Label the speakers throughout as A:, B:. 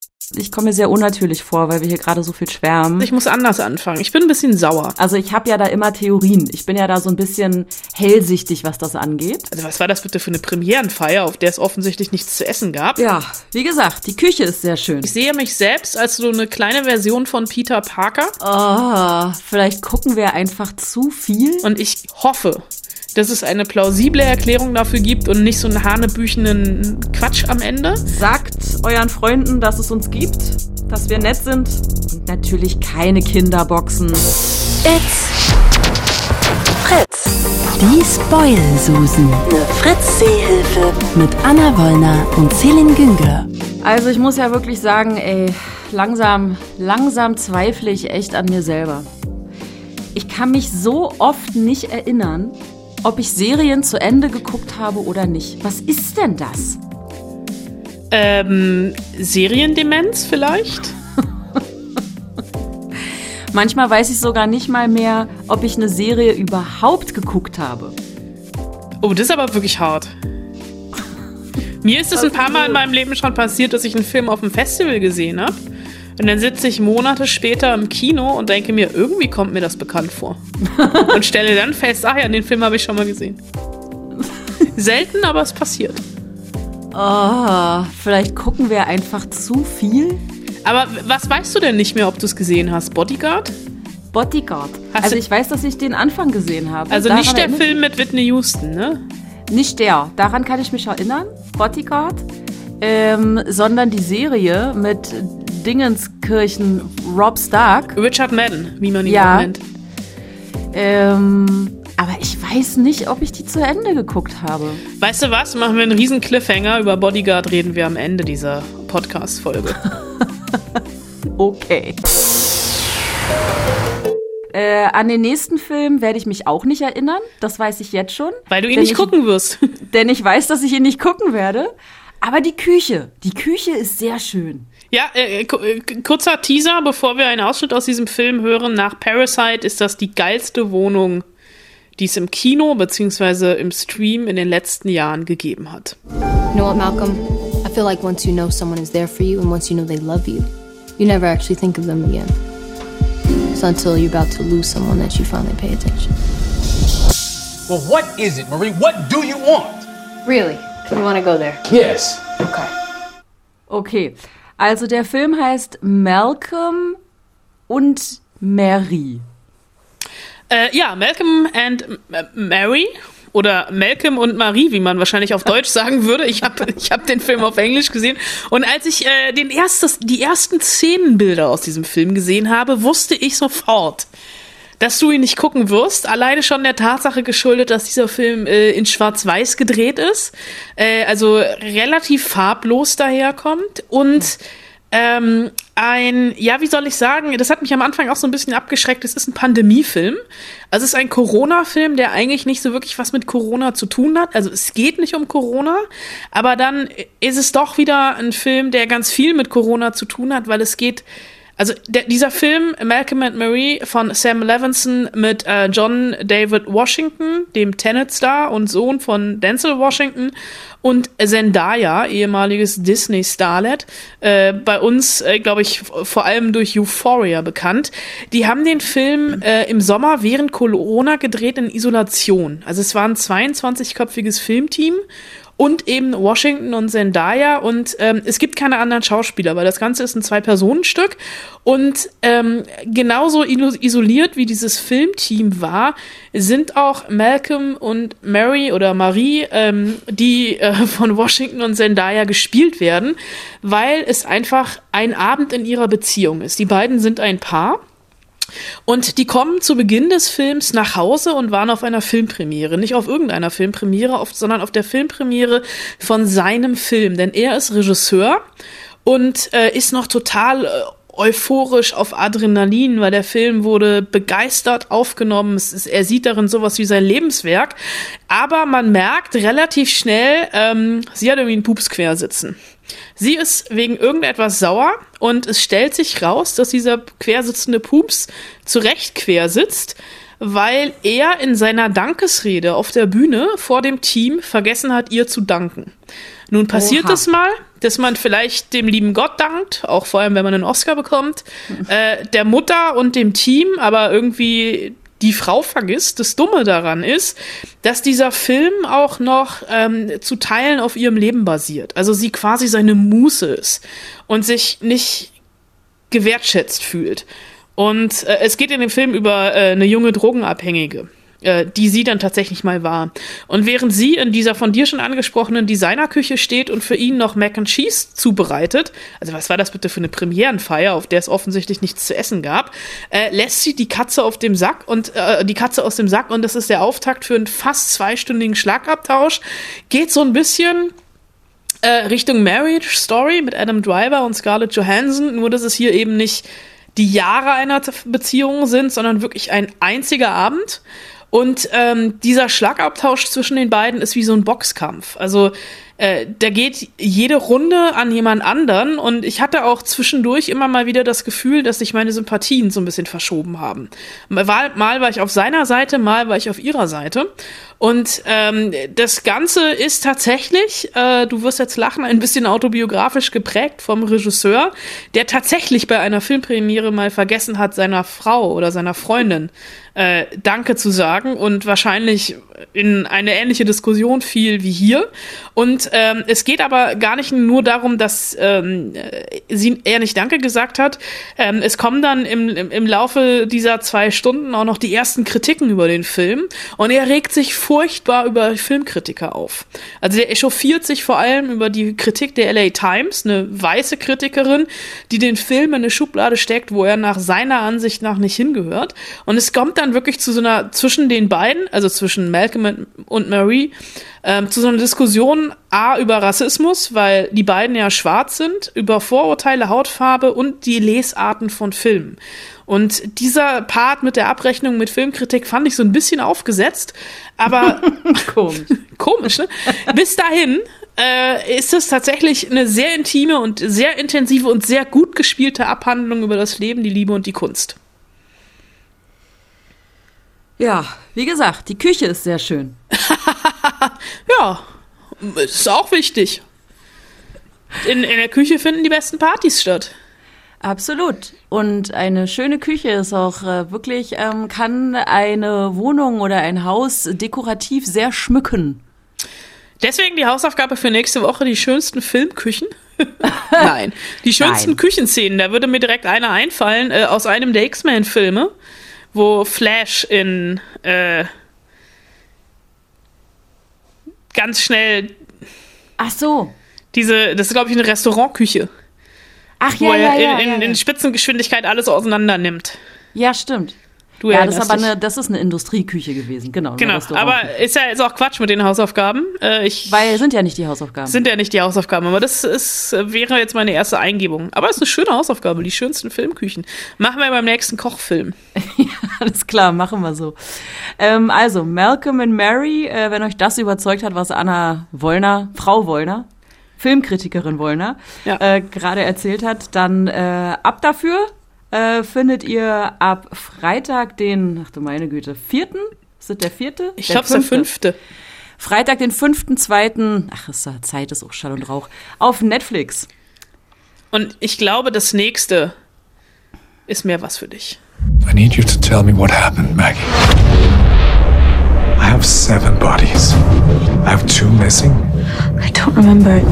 A: Ich komme mir sehr unnatürlich vor, weil wir hier gerade so viel schwärmen.
B: Ich muss anders anfangen. Ich bin ein bisschen sauer.
A: Also ich habe ja da immer Theorien. Ich bin ja da so ein bisschen hellsichtig, was das angeht.
B: Also was war das bitte für eine Premierenfeier, auf der es offensichtlich nichts zu essen gab?
A: Ja, wie gesagt, die Küche ist sehr schön.
B: Ich sehe mich selbst als so eine kleine Version von Peter Parker.
A: Oh, vielleicht gucken wir einfach zu viel.
B: Und ich hoffe, dass es eine plausible Erklärung dafür gibt und nicht so einen hanebüchenen Quatsch am Ende.
A: Sagt euren Freunden, dass es uns gibt, dass wir nett sind und natürlich keine Kinderboxen.
C: It's Fritz. Die Spoil-Susen. Eine Fritz-Seehilfe. Mit Anna Wollner und Celine Güngler.
A: Also ich muss ja wirklich sagen, langsam zweifle ich echt an mir selber. Ich kann mich so oft nicht erinnern, ob ich Serien zu Ende geguckt habe oder nicht. Was ist denn das?
B: Seriendemenz vielleicht?
A: Manchmal weiß ich sogar nicht mal mehr, ob ich eine Serie überhaupt geguckt habe.
B: Oh, das ist aber wirklich hart. Mir ist es ein paar Mal in meinem Leben schon passiert, dass ich einen Film auf dem Festival gesehen habe. Und dann sitze ich Monate später im Kino und denke mir, irgendwie kommt mir das bekannt vor. Und stelle dann fest, ach ja, den Film habe ich schon mal gesehen. Selten, aber es passiert.
A: Oh, vielleicht gucken wir einfach zu viel.
B: Aber was weißt du denn nicht mehr, ob du es gesehen hast? Bodyguard?
A: Bodyguard. Also ich weiß, dass ich den Anfang gesehen habe.
B: Also nicht der Film mit Whitney Houston, ne?
A: Nicht der. Daran kann ich mich erinnern. Bodyguard. Sondern die Serie mit Dingenskirchen Rob Stark.
B: Richard Madden, wie man ihn auch nennt.
A: Aber ich weiß nicht, ob ich die zu Ende geguckt habe.
B: Weißt du was? Machen wir einen riesen Cliffhanger. Über Bodyguard reden wir am Ende dieser Podcast-Folge.
A: Okay. An den nächsten Film werde ich mich auch nicht erinnern. Das weiß ich jetzt schon.
B: Weil du ihn nicht gucken wirst.
A: Denn ich weiß, dass ich ihn nicht gucken werde. Aber die Küche ist sehr schön.
B: Ja, kurzer Teaser, bevor wir einen Ausschnitt aus diesem Film hören. Nach Parasite ist das die geilste Wohnung, die es im Kino bzw. im Stream in den letzten Jahren gegeben hat.
D: You know what, Malcolm? I feel like once you know someone is there for you and once you know they love you, you never actually think of them again. It's until you're about to lose someone that you finally pay attention.
E: Well, what is it, Marie? What do you want?
D: Really? You want to go there?
E: Yes.
A: Okay, also der Film heißt Malcolm und Mary.
B: Ja, Malcolm and Mary oder Malcolm und Marie, wie man wahrscheinlich auf Deutsch sagen würde. Ich hab den Film auf Englisch gesehen und als ich die ersten Szenenbilder aus diesem Film gesehen habe, wusste ich sofort, dass du ihn nicht gucken wirst, alleine schon der Tatsache geschuldet, dass dieser Film in Schwarz-Weiß gedreht ist, also relativ farblos daherkommt und wie soll ich sagen, das hat mich am Anfang auch so ein bisschen abgeschreckt, es ist ein Pandemiefilm, also es ist ein Corona-Film, der eigentlich nicht so wirklich was mit Corona zu tun hat, also es geht nicht um Corona, aber dann ist es doch wieder ein Film, der ganz viel mit Corona zu tun hat, weil es geht. Also dieser Film Malcolm and Marie von Sam Levinson mit John David Washington, dem Tenet-Star und Sohn von Denzel Washington und Zendaya, ehemaliges Disney-Starlet, bei uns, glaube ich, vor allem durch Euphoria bekannt. Die haben den Film im Sommer während Corona gedreht in Isolation. Also es war ein 22-köpfiges Filmteam. Und eben Washington und Zendaya und es gibt keine anderen Schauspieler, weil das Ganze ist ein 2-Personen-Stück und genauso isoliert wie dieses Filmteam war, sind auch Malcolm und Mary oder Marie, die von Washington und Zendaya gespielt werden, weil es einfach ein Abend in ihrer Beziehung ist. Die beiden sind ein Paar. Und die kommen zu Beginn des Films nach Hause und waren auf einer Filmpremiere. Nicht auf irgendeiner Filmpremiere, sondern auf der Filmpremiere von seinem Film. Denn er ist Regisseur und ist noch total euphorisch auf Adrenalin, weil der Film wurde begeistert aufgenommen. Er sieht darin sowas wie sein Lebenswerk. Aber man merkt relativ schnell, sie hat irgendwie einen Pups quer sitzen. Sie ist wegen irgendetwas sauer und es stellt sich raus, dass dieser quersitzende Pups zu Recht quer sitzt, weil er in seiner Dankesrede auf der Bühne vor dem Team vergessen hat, ihr zu danken. Nun passiert
A: Oha.
B: es mal, dass man vielleicht dem lieben Gott dankt, auch vor allem, wenn man einen Oscar bekommt, der Mutter und dem Team, aber irgendwie die Frau vergisst. Das Dumme daran ist, dass dieser Film auch noch zu Teilen auf ihrem Leben basiert. Also sie quasi seine Muse ist und sich nicht gewertschätzt fühlt. Und es geht in dem Film über eine junge Drogenabhängige, die sie dann tatsächlich mal war. Und während sie in dieser von dir schon angesprochenen Designerküche steht und für ihn noch Mac and Cheese zubereitet, also was war das bitte für eine Premierenfeier, auf der es offensichtlich nichts zu essen gab, lässt sie die Katze aus dem Sack und das ist der Auftakt für einen fast 2-stündigen Schlagabtausch. Geht so ein bisschen Richtung Marriage Story mit Adam Driver und Scarlett Johansson, nur dass es hier eben nicht die Jahre einer Beziehung sind, sondern wirklich ein einziger Abend. Und dieser Schlagabtausch zwischen den beiden ist wie so ein Boxkampf. Also da geht jede Runde an jemand anderen und ich hatte auch zwischendurch immer mal wieder das Gefühl, dass sich meine Sympathien so ein bisschen verschoben haben. Mal war ich auf seiner Seite, mal war ich auf ihrer Seite. Und das Ganze ist tatsächlich, du wirst jetzt lachen, ein bisschen autobiografisch geprägt vom Regisseur, der tatsächlich bei einer Filmpremiere mal vergessen hat, seiner Frau oder seiner Freundin Danke zu sagen und wahrscheinlich in eine ähnliche Diskussion fiel wie hier. Und es geht aber gar nicht nur darum, dass er nicht Danke gesagt hat. Es kommen dann im Laufe dieser 2 Stunden auch noch die ersten Kritiken über den Film. Und er regt sich furchtbar über Filmkritiker auf. Also der echauffiert sich vor allem über die Kritik der LA Times, eine weiße Kritikerin, die den Film in eine Schublade steckt, wo er nach seiner Ansicht nach nicht hingehört. Und es kommt dann wirklich zu so einer, zwischen den beiden, also zwischen Malcolm und Marie, zu so einer Diskussion über Rassismus, weil die beiden ja schwarz sind, über Vorurteile, Hautfarbe und die Lesarten von Filmen. Und dieser Part mit der Abrechnung mit Filmkritik fand ich so ein bisschen aufgesetzt, aber komisch, ne? Bis dahin ist es tatsächlich eine sehr intime und sehr intensive und sehr gut gespielte Abhandlung über das Leben, die Liebe und die Kunst.
A: Ja, wie gesagt, die Küche ist sehr schön.
B: Ja, ist auch wichtig. In der Küche finden die besten Partys statt.
A: Absolut. Und eine schöne Küche ist auch wirklich, kann eine Wohnung oder ein Haus dekorativ sehr schmücken.
B: Deswegen die Hausaufgabe für nächste Woche, die schönsten Filmküchen. Nein, die schönsten Küchenszenen. Da würde mir direkt eine einfallen aus einem der X-Men-Filme, wo Flash in ganz schnell
A: Ach so.
B: das ist, glaube ich, eine Restaurantküche.
A: Ach
B: wo
A: ja,
B: er in Spitzengeschwindigkeit alles auseinander nimmt.
A: Ja, stimmt.
B: Du
A: Ja, das ist
B: erinnerst
A: aber
B: dich.
A: das ist eine Industrieküche gewesen, genau.
B: Genau, aber ist ja jetzt auch Quatsch mit den Hausaufgaben.
A: Weil sind ja nicht die Hausaufgaben.
B: Sind ja nicht die Hausaufgaben, aber wäre jetzt meine erste Eingebung. Aber es ist eine schöne Hausaufgabe, die schönsten Filmküchen. Machen wir beim nächsten Kochfilm.
A: Ja, alles klar, machen wir so. Also, Malcolm and Mary, wenn euch das überzeugt hat, was Frau Wollner, Filmkritikerin Wollner,
B: Ja.
A: gerade erzählt hat, dann ab dafür. Findet ihr ab Freitag den, ach du meine Güte, 4.? Ist das der 4.?
B: Ich glaube, es ist der 5.
A: Freitag, den 5.2., Zeit ist auch Schall und Rauch, auf Netflix.
B: Und ich glaube, das nächste ist mehr was für dich.
F: I need you to tell me what happened, Maggie. I have 7 bodies. I have 2 missing.
C: I don't remember.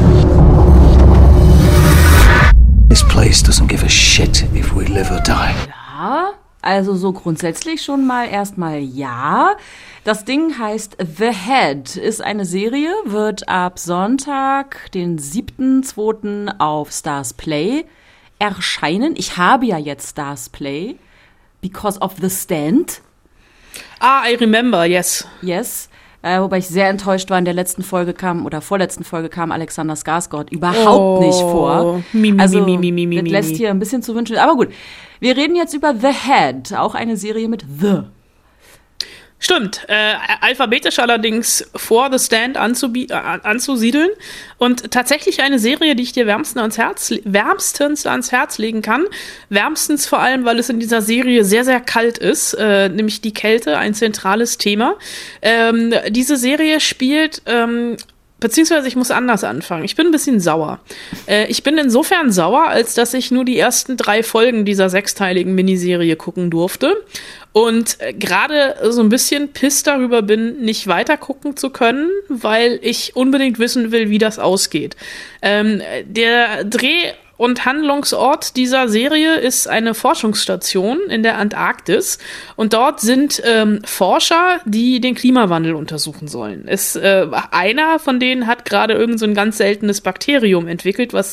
G: This place doesn't give a shit if we live or die.
A: Ja, also so grundsätzlich schon mal erstmal ja. Das Ding heißt The Head, ist eine Serie, wird ab Sonntag, den 7.2. auf Stars Play erscheinen. Ich habe ja jetzt Stars Play, because of The Stand.
B: I remember, yes.
A: Yes. Wobei ich sehr enttäuscht war, in der letzten Folge vorletzten Folge kam Alexander Skarsgård überhaupt nicht vor. Das lässt hier ein bisschen zu wünschen. Aber gut, wir reden jetzt über The Head, auch eine Serie mit The.
B: Stimmt, alphabetisch allerdings vor The Stand anzusiedeln und tatsächlich eine Serie, die ich dir wärmstens ans Herz legen kann. Wärmstens vor allem, weil es in dieser Serie sehr, sehr kalt ist, nämlich die Kälte, ein zentrales Thema. Diese Serie spielt beziehungsweise ich muss anders anfangen. Ich bin ein bisschen sauer. Ich bin insofern sauer, als dass ich nur die ersten 3 Folgen dieser 6-teiligen Miniserie gucken durfte. Und gerade so ein bisschen piss darüber bin, nicht weiter gucken zu können, weil ich unbedingt wissen will, wie das ausgeht. Der Dreh- und Handlungsort dieser Serie ist eine Forschungsstation in der Antarktis. Und dort sind Forscher, die den Klimawandel untersuchen sollen. Einer von denen hat gerade irgend so ein ganz seltenes Bakterium entdeckt, was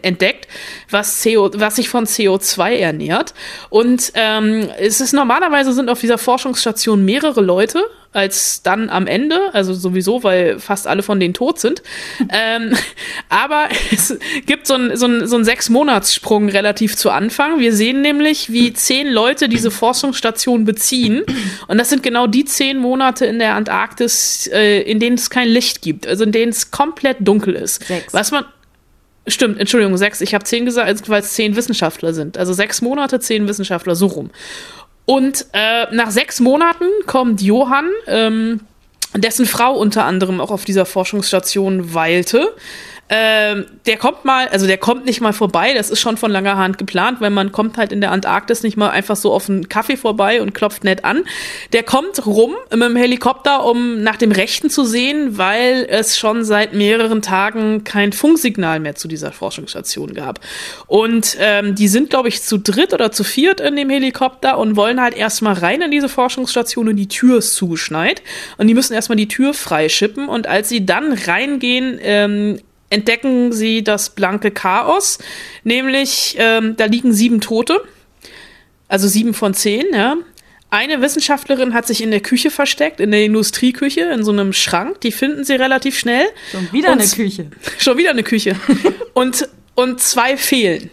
B: sich von CO2 ernährt. Und normalerweise sind auf dieser Forschungsstation mehrere Leute als dann am Ende, also sowieso, weil fast alle von denen tot sind. Aber es gibt so einen 6-Monats-Sprung relativ zu Anfang. Wir sehen nämlich, wie 10 Leute diese Forschungsstation beziehen. Und das sind genau die 10 Monate in der Antarktis, in denen es kein Licht gibt, also in denen es komplett dunkel ist.
A: 6.
B: Stimmt, Entschuldigung, 6. Ich habe 10 gesagt, weil es 10 Wissenschaftler sind. Also 6 Monate, 10 Wissenschaftler, so rum. Und nach 6 Monaten kommt Johann, dessen Frau unter anderem auch auf dieser Forschungsstation weilte. Der kommt nicht mal vorbei, das ist schon von langer Hand geplant, weil man kommt halt in der Antarktis nicht mal einfach so auf einen Kaffee vorbei und klopft nett an. Der kommt rum mit dem Helikopter, um nach dem Rechten zu sehen, weil es schon seit mehreren Tagen kein Funksignal mehr zu dieser Forschungsstation gab. Und die sind, glaube ich, zu 3 oder zu 4 in dem Helikopter und wollen halt erstmal rein in diese Forschungsstation und die Tür ist zugeschneit. Und die müssen erstmal die Tür freischippen und als sie dann reingehen, entdecken sie das blanke Chaos, nämlich da liegen 7 Tote, also 7 von 10, ja. Eine Wissenschaftlerin hat sich in der Küche versteckt, in der Industrieküche, in so einem Schrank, die finden sie relativ schnell.
A: Schon wieder eine Küche.
B: Schon wieder eine Küche. und 2 fehlen.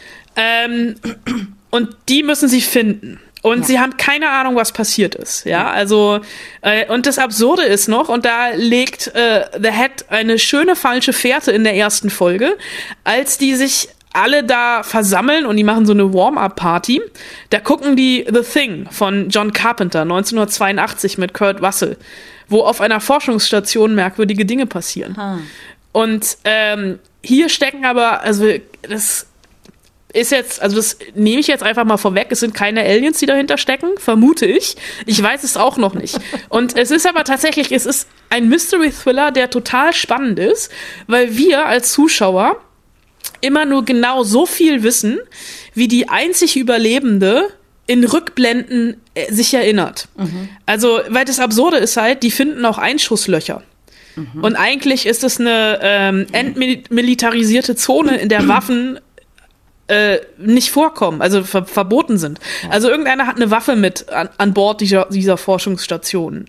B: Und die müssen sie finden. Und sie haben keine Ahnung, was passiert ist. Ja, also, und das Absurde ist noch, und da legt The Head eine schöne falsche Fährte in der ersten Folge, als die sich alle da versammeln und die machen so eine Warm-Up-Party. Da gucken die The Thing von John Carpenter 1982 mit Kurt Russell, wo auf einer Forschungsstation merkwürdige Dinge passieren. Und hier stecken aber, also das ist jetzt, also das nehme ich jetzt einfach mal vorweg, es sind keine Aliens, die dahinter stecken, vermute ich. Ich weiß es auch noch nicht. Und es ist aber tatsächlich, es ist ein Mystery-Thriller, der total spannend ist, weil wir als Zuschauer immer nur genau so viel wissen, wie die einzig Überlebende in Rückblenden sich erinnert. Also, weil das Absurde ist halt, die finden auch Einschusslöcher. Und eigentlich ist es eine entmilitarisierte Zone, in der Waffen nicht vorkommen, also verboten sind. Also irgendeiner hat eine Waffe mit an Bord dieser Forschungsstation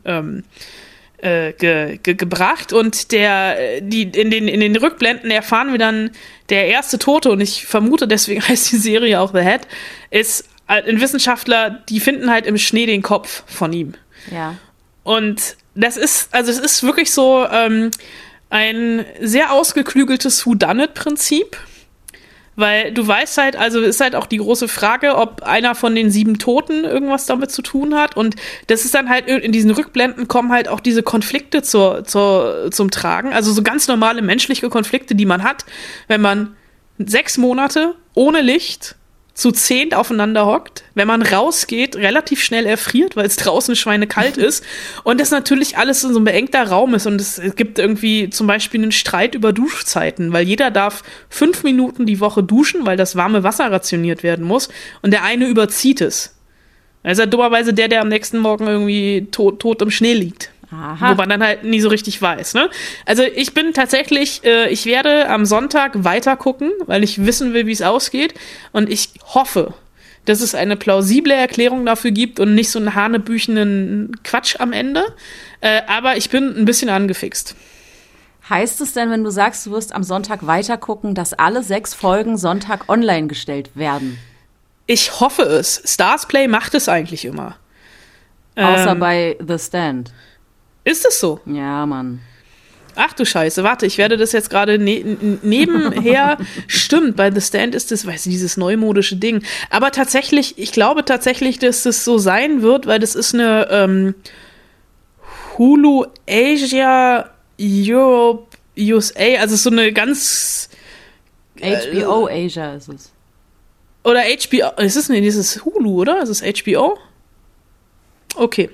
B: gebracht und in den Rückblenden erfahren wir dann, der erste Tote, und ich vermute, deswegen heißt die Serie auch The Head, ist ein Wissenschaftler, die finden halt im Schnee den Kopf von ihm.
A: Ja.
B: Und es ist wirklich so ein sehr ausgeklügeltes Whodunit-Prinzip. Weil du weißt halt, also ist halt auch die große Frage, ob einer von den 7 Toten irgendwas damit zu tun hat. Und das ist dann halt, in diesen Rückblenden kommen halt auch diese Konflikte zum Tragen. Also so ganz normale menschliche Konflikte, die man hat, wenn man 6 Monate ohne Licht zu 10 aufeinander hockt, wenn man rausgeht, relativ schnell erfriert, weil es draußen schweinekalt ist und das natürlich alles in so ein beengter Raum ist und es gibt irgendwie zum Beispiel einen Streit über Duschzeiten, weil jeder darf 5 Minuten die Woche duschen, weil das warme Wasser rationiert werden muss und der eine überzieht es. Also dummerweise der am nächsten Morgen irgendwie tot im Schnee liegt. Aha. Wo man dann halt nie so richtig weiß, ne? Also ich bin tatsächlich, ich werde am Sonntag weiter gucken, weil ich wissen will, wie es ausgeht. Und ich hoffe, dass es eine plausible Erklärung dafür gibt und nicht so einen hanebüchenen Quatsch am Ende. Aber ich bin ein bisschen angefixt.
A: Heißt es denn, wenn du sagst, du wirst am Sonntag weiter gucken, dass alle 6 Folgen Sonntag online gestellt werden?
B: Ich hoffe es. Starzplay macht es eigentlich immer.
A: Außer bei The Stand.
B: Ist es so?
A: Ja, Mann.
B: Ach du Scheiße, warte, ich werde das jetzt gerade nebenher. Stimmt, bei The Stand ist das, weißt du, dieses neumodische Ding. Aber tatsächlich, ich glaube tatsächlich, dass das so sein wird, weil das ist eine Hulu Asia Europe USA, also so eine ganz
A: HBO Asia ist es.
B: Oder HBO, ist es nicht, dieses Hulu, oder? Ist es HBO? Okay.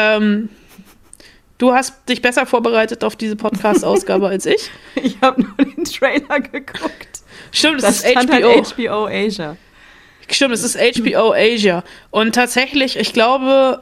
B: Du hast dich besser vorbereitet auf diese Podcast-Ausgabe als ich.
A: Ich habe nur den Trailer geguckt.
B: Stimmt,
A: Das
B: es ist
A: stand
B: HBO.
A: halt HBO Asia.
B: Stimmt, es ist HBO Asia. Und tatsächlich, ich glaube,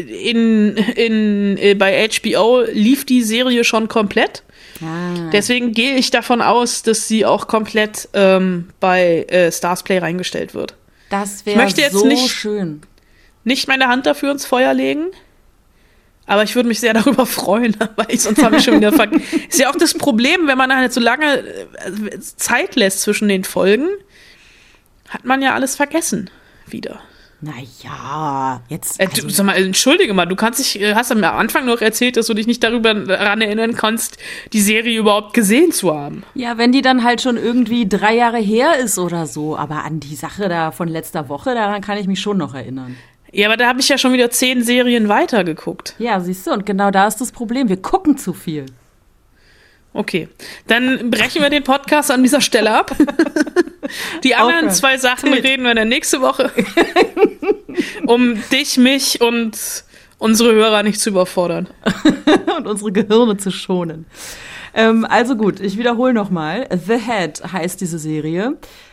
B: bei HBO lief die Serie schon komplett.
A: Ah.
B: Deswegen gehe ich davon aus, dass sie auch komplett bei Starzplay reingestellt wird.
A: Das
B: Ich
A: wäre
B: möchte jetzt
A: so
B: nicht-
A: schön.
B: Nicht meine Hand dafür ins Feuer legen, aber ich würde mich sehr darüber freuen, weil sonst habe ich schon wieder Ist ja auch das Problem, wenn man halt so lange Zeit lässt zwischen den Folgen, hat man ja alles vergessen wieder.
A: Naja, jetzt.
B: Du, sag mal, entschuldige mal, hast am Anfang noch erzählt, dass du dich nicht daran erinnern kannst, die Serie überhaupt gesehen zu haben.
A: Ja, wenn die dann halt schon irgendwie 3 Jahre her ist oder so. Aber an die Sache da von letzter Woche, daran kann ich mich schon noch erinnern.
B: Ja, aber da habe ich ja schon wieder 10 Serien weitergeguckt.
A: Ja, siehst du, und genau da ist das Problem. Wir gucken zu viel.
B: Okay, dann brechen wir den Podcast an dieser Stelle ab. Die anderen
A: Aufhören.
B: 2 Sachen
A: Damit.
B: reden wir dann nächste Woche, um dich, mich und unsere Hörer nicht zu überfordern.
A: Und unsere Gehirne zu schonen. Also gut, ich wiederhole nochmal. The Head heißt diese Serie.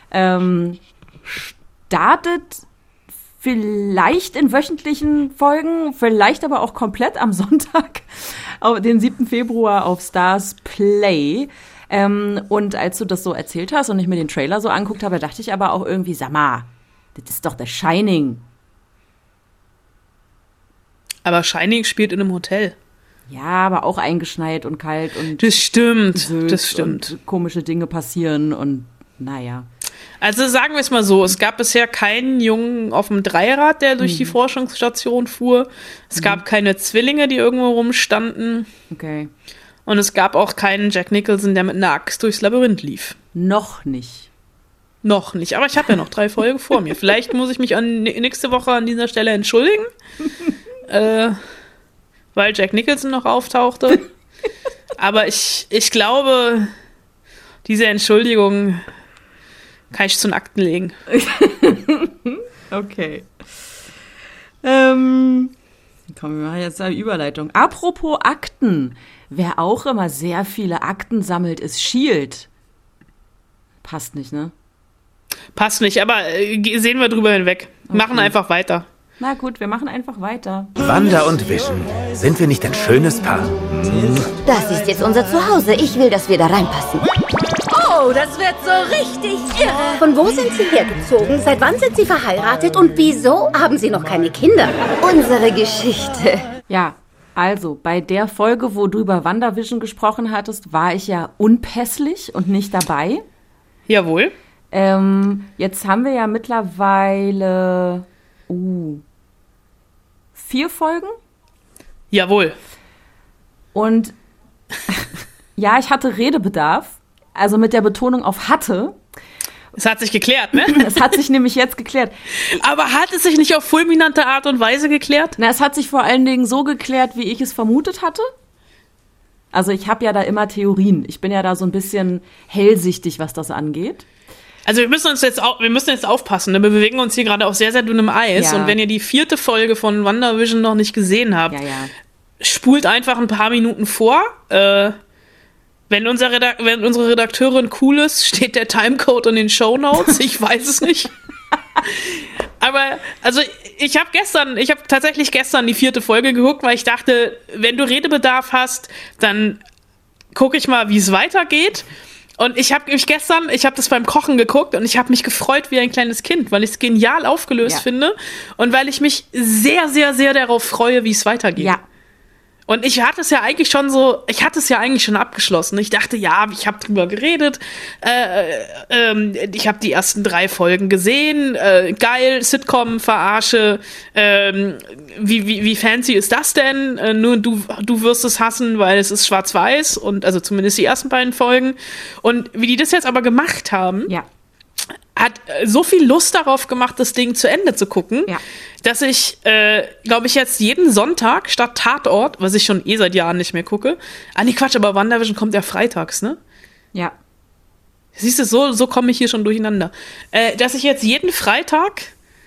A: Startet vielleicht in wöchentlichen Folgen, vielleicht aber auch komplett am Sonntag, den 7. Februar auf Stars Play. Und als du das so erzählt hast und ich mir den Trailer so anguckt habe, dachte ich aber auch irgendwie, sag mal, das ist doch The Shining.
B: Aber Shining spielt in einem Hotel.
A: Ja, aber auch eingeschneit und kalt und
B: Das stimmt,
A: Sülz
B: das stimmt.
A: und komische Dinge passieren und naja.
B: Also sagen wir es mal so, es gab bisher keinen Jungen auf dem Dreirad, der durch die Forschungsstation fuhr. Es gab keine Zwillinge, die irgendwo rumstanden.
A: Okay.
B: Und es gab auch keinen Jack Nicholson, der mit einer Axt durchs Labyrinth lief.
A: Noch nicht.
B: Noch nicht, aber ich habe ja noch 3 Folgen vor mir. Vielleicht muss ich mich nächste Woche an dieser Stelle entschuldigen, weil Jack Nicholson noch auftauchte. Aber ich glaube, diese Entschuldigung kann ich zu den Akten legen.
A: Okay. Komm, wir machen jetzt eine Überleitung. Apropos Akten. Wer auch immer sehr viele Akten sammelt, ist S.H.I.E.L.D. Passt nicht, ne?
B: Passt nicht, aber sehen wir drüber hinweg. Machen einfach weiter.
A: Na gut, wir machen einfach weiter.
H: Wanda und Vision, sind wir nicht ein schönes Paar?
I: Das ist jetzt unser Zuhause. Ich will, dass wir da reinpassen.
C: Oh, das wird so richtig irre.
I: Von wo sind Sie hergezogen? Seit wann sind Sie verheiratet? Und wieso haben Sie noch keine Kinder? Unsere Geschichte.
A: Ja, also bei der Folge, wo du über WandaVision gesprochen hattest, war ich ja unpässlich und nicht dabei.
B: Jawohl.
A: Jetzt haben wir ja mittlerweile 4 Folgen.
B: Jawohl.
A: Und ja, ich hatte Redebedarf, also mit der Betonung auf hatte.
B: Es hat sich geklärt, ne?
A: Es hat sich nämlich jetzt geklärt.
B: Aber hat es sich nicht auf fulminante Art und Weise geklärt?
A: Na, es hat sich vor allen Dingen so geklärt, wie ich es vermutet hatte. Also ich habe ja da immer Theorien. Ich bin ja da so ein bisschen hellsichtig, was das angeht.
B: Also wir müssen jetzt aufpassen, ne? Wir bewegen uns hier gerade auf sehr, sehr dünnem Eis.
A: Ja.
B: Und wenn ihr die 4. Folge von WandaVision noch nicht gesehen habt,
A: Ja.
B: spult einfach ein paar Minuten vor. Wenn unsere Redakteurin cool ist, steht der Timecode in den Shownotes. Ich weiß es nicht. Aber, also, ich habe tatsächlich gestern die 4. Folge geguckt, weil ich dachte, wenn du Redebedarf hast, dann gucke ich mal, wie es weitergeht. Und ich habe das beim Kochen geguckt und ich habe mich gefreut wie ein kleines Kind, weil ich es genial aufgelöst finde und weil ich mich sehr, sehr, sehr darauf freue, wie es weitergeht.
A: Ja.
B: Und ich hatte es ja eigentlich schon abgeschlossen. Ich dachte, ja, ich habe drüber geredet. Ich habe die ersten 3 Folgen gesehen. Geil, Sitcom, Verarsche. Wie fancy ist das denn? Nur du wirst es hassen, weil es ist schwarz-weiß. Und also zumindest die ersten beiden Folgen. Und wie die das jetzt aber gemacht haben,
A: Ja.
B: hat so viel Lust darauf gemacht, das Ding zu Ende zu gucken, dass ich, glaube ich, jetzt jeden Sonntag statt Tatort, was ich schon seit Jahren nicht mehr gucke, nee, Quatsch, aber WandaVision kommt ja freitags, ne?
A: Ja.
B: Siehst du, so komme ich hier schon durcheinander. Dass ich jetzt jeden Freitag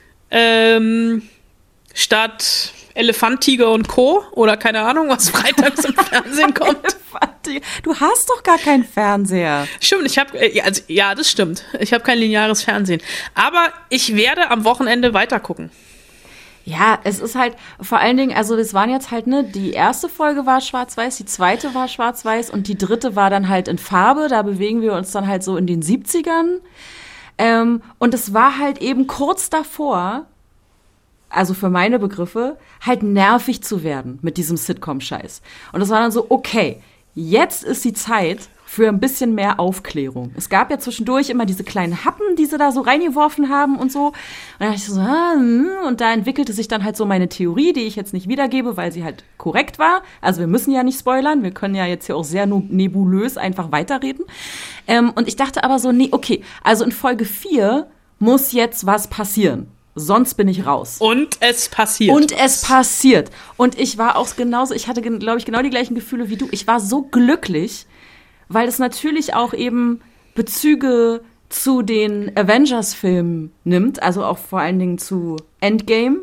B: statt Elefant, Tiger und Co. oder keine Ahnung, was freitags im Fernsehen kommt.
A: Du hast doch gar keinen Fernseher.
B: Stimmt, ich habe, ja, das stimmt. Ich habe kein lineares Fernsehen. Aber ich werde am Wochenende weitergucken.
A: Ja, es ist halt vor allen Dingen, also das waren jetzt halt, ne, die erste Folge war schwarz-weiß, die zweite war schwarz-weiß und die dritte war dann halt in Farbe. Da bewegen wir uns dann halt so in den 70ern. Und es war halt eben kurz davor, also für meine Begriffe, halt nervig zu werden mit diesem Sitcom-Scheiß. Und das war dann so, okay, jetzt ist die Zeit für ein bisschen mehr Aufklärung. Es gab ja zwischendurch immer diese kleinen Happen, die sie da so reingeworfen haben und so. Und dann dachte ich so, und da entwickelte sich dann halt so meine Theorie, die ich jetzt nicht wiedergebe, weil sie halt korrekt war. Also wir müssen ja nicht spoilern, wir können ja jetzt hier auch sehr nebulös einfach weiterreden. Und ich dachte aber so, nee, okay, also in Folge 4 muss jetzt was passieren. Sonst bin ich raus.
B: Und es passiert.
A: Und ich war auch genauso, ich hatte, glaube ich, genau die gleichen Gefühle wie du. Ich war so glücklich, weil es natürlich auch eben Bezüge zu den Avengers-Filmen nimmt, also auch vor allen Dingen zu Endgame.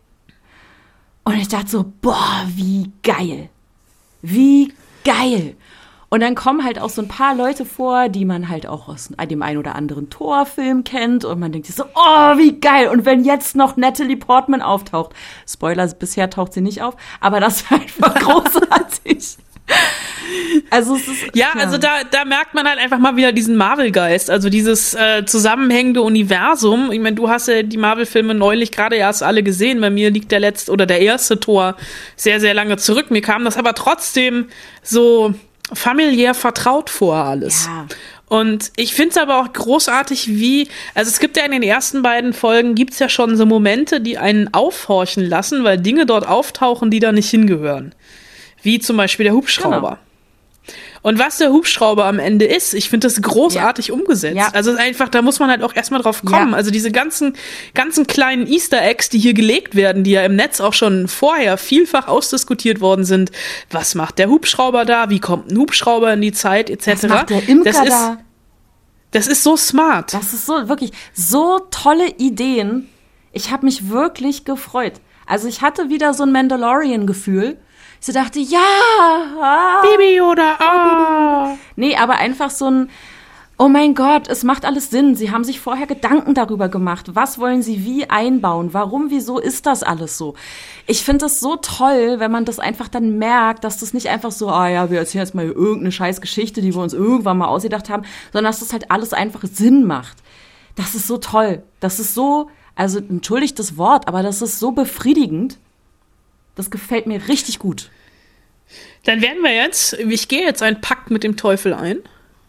A: Und ich dachte so, boah, wie geil. Wie geil. Und dann kommen halt auch so ein paar Leute vor, die man halt auch aus dem ein oder anderen Thor-Film kennt. Und man denkt sich so, oh, wie geil. Und wenn jetzt noch Natalie Portman auftaucht. Spoiler, bisher taucht sie nicht auf. Aber das war einfach großartig. Also es ist,
B: ja, also da merkt man halt einfach mal wieder diesen Marvel-Geist, also dieses zusammenhängende Universum. Ich meine, du hast ja die Marvel-Filme neulich gerade erst alle gesehen. Bei mir liegt der erste Tor sehr, sehr lange zurück. Mir kam das aber trotzdem so familiär vertraut vor alles.
A: Ja.
B: Und ich finde es aber auch großartig, also es gibt ja in den ersten beiden Folgen, gibt's ja schon so Momente, die einen aufhorchen lassen, weil Dinge dort auftauchen, die da nicht hingehören. Wie zum Beispiel der Hubschrauber.
A: Genau.
B: Und was der Hubschrauber am Ende ist, ich finde das großartig umgesetzt. Ja. Also einfach, da muss man halt auch erstmal drauf kommen. Ja. Also diese ganzen kleinen Easter Eggs, die hier gelegt werden, die ja im Netz auch schon vorher vielfach ausdiskutiert worden sind. Was macht der Hubschrauber da? Wie kommt ein Hubschrauber in die Zeit, etc.?
A: Was macht der Imker da?
B: Das ist so smart.
A: Das ist so, wirklich, so tolle Ideen. Ich habe mich wirklich gefreut. Also ich hatte wieder so ein Mandalorian-Gefühl. Ich so dachte, ja,
B: Baby Yoda,
A: Nee, aber einfach so ein, oh mein Gott, es macht alles Sinn. Sie haben sich vorher Gedanken darüber gemacht. Was wollen sie wie einbauen? Warum, wieso ist das alles so? Ich finde das so toll, wenn man das einfach dann merkt, dass das nicht einfach so, ja, wir erzählen jetzt mal irgendeine scheiß Geschichte, die wir uns irgendwann mal ausgedacht haben, sondern dass das halt alles einfach Sinn macht. Das ist so toll. Das ist so, also entschuldigt das Wort, aber das ist so befriedigend. Das gefällt mir richtig gut.
B: Dann werden wir ich gehe jetzt einen Pakt mit dem Teufel ein.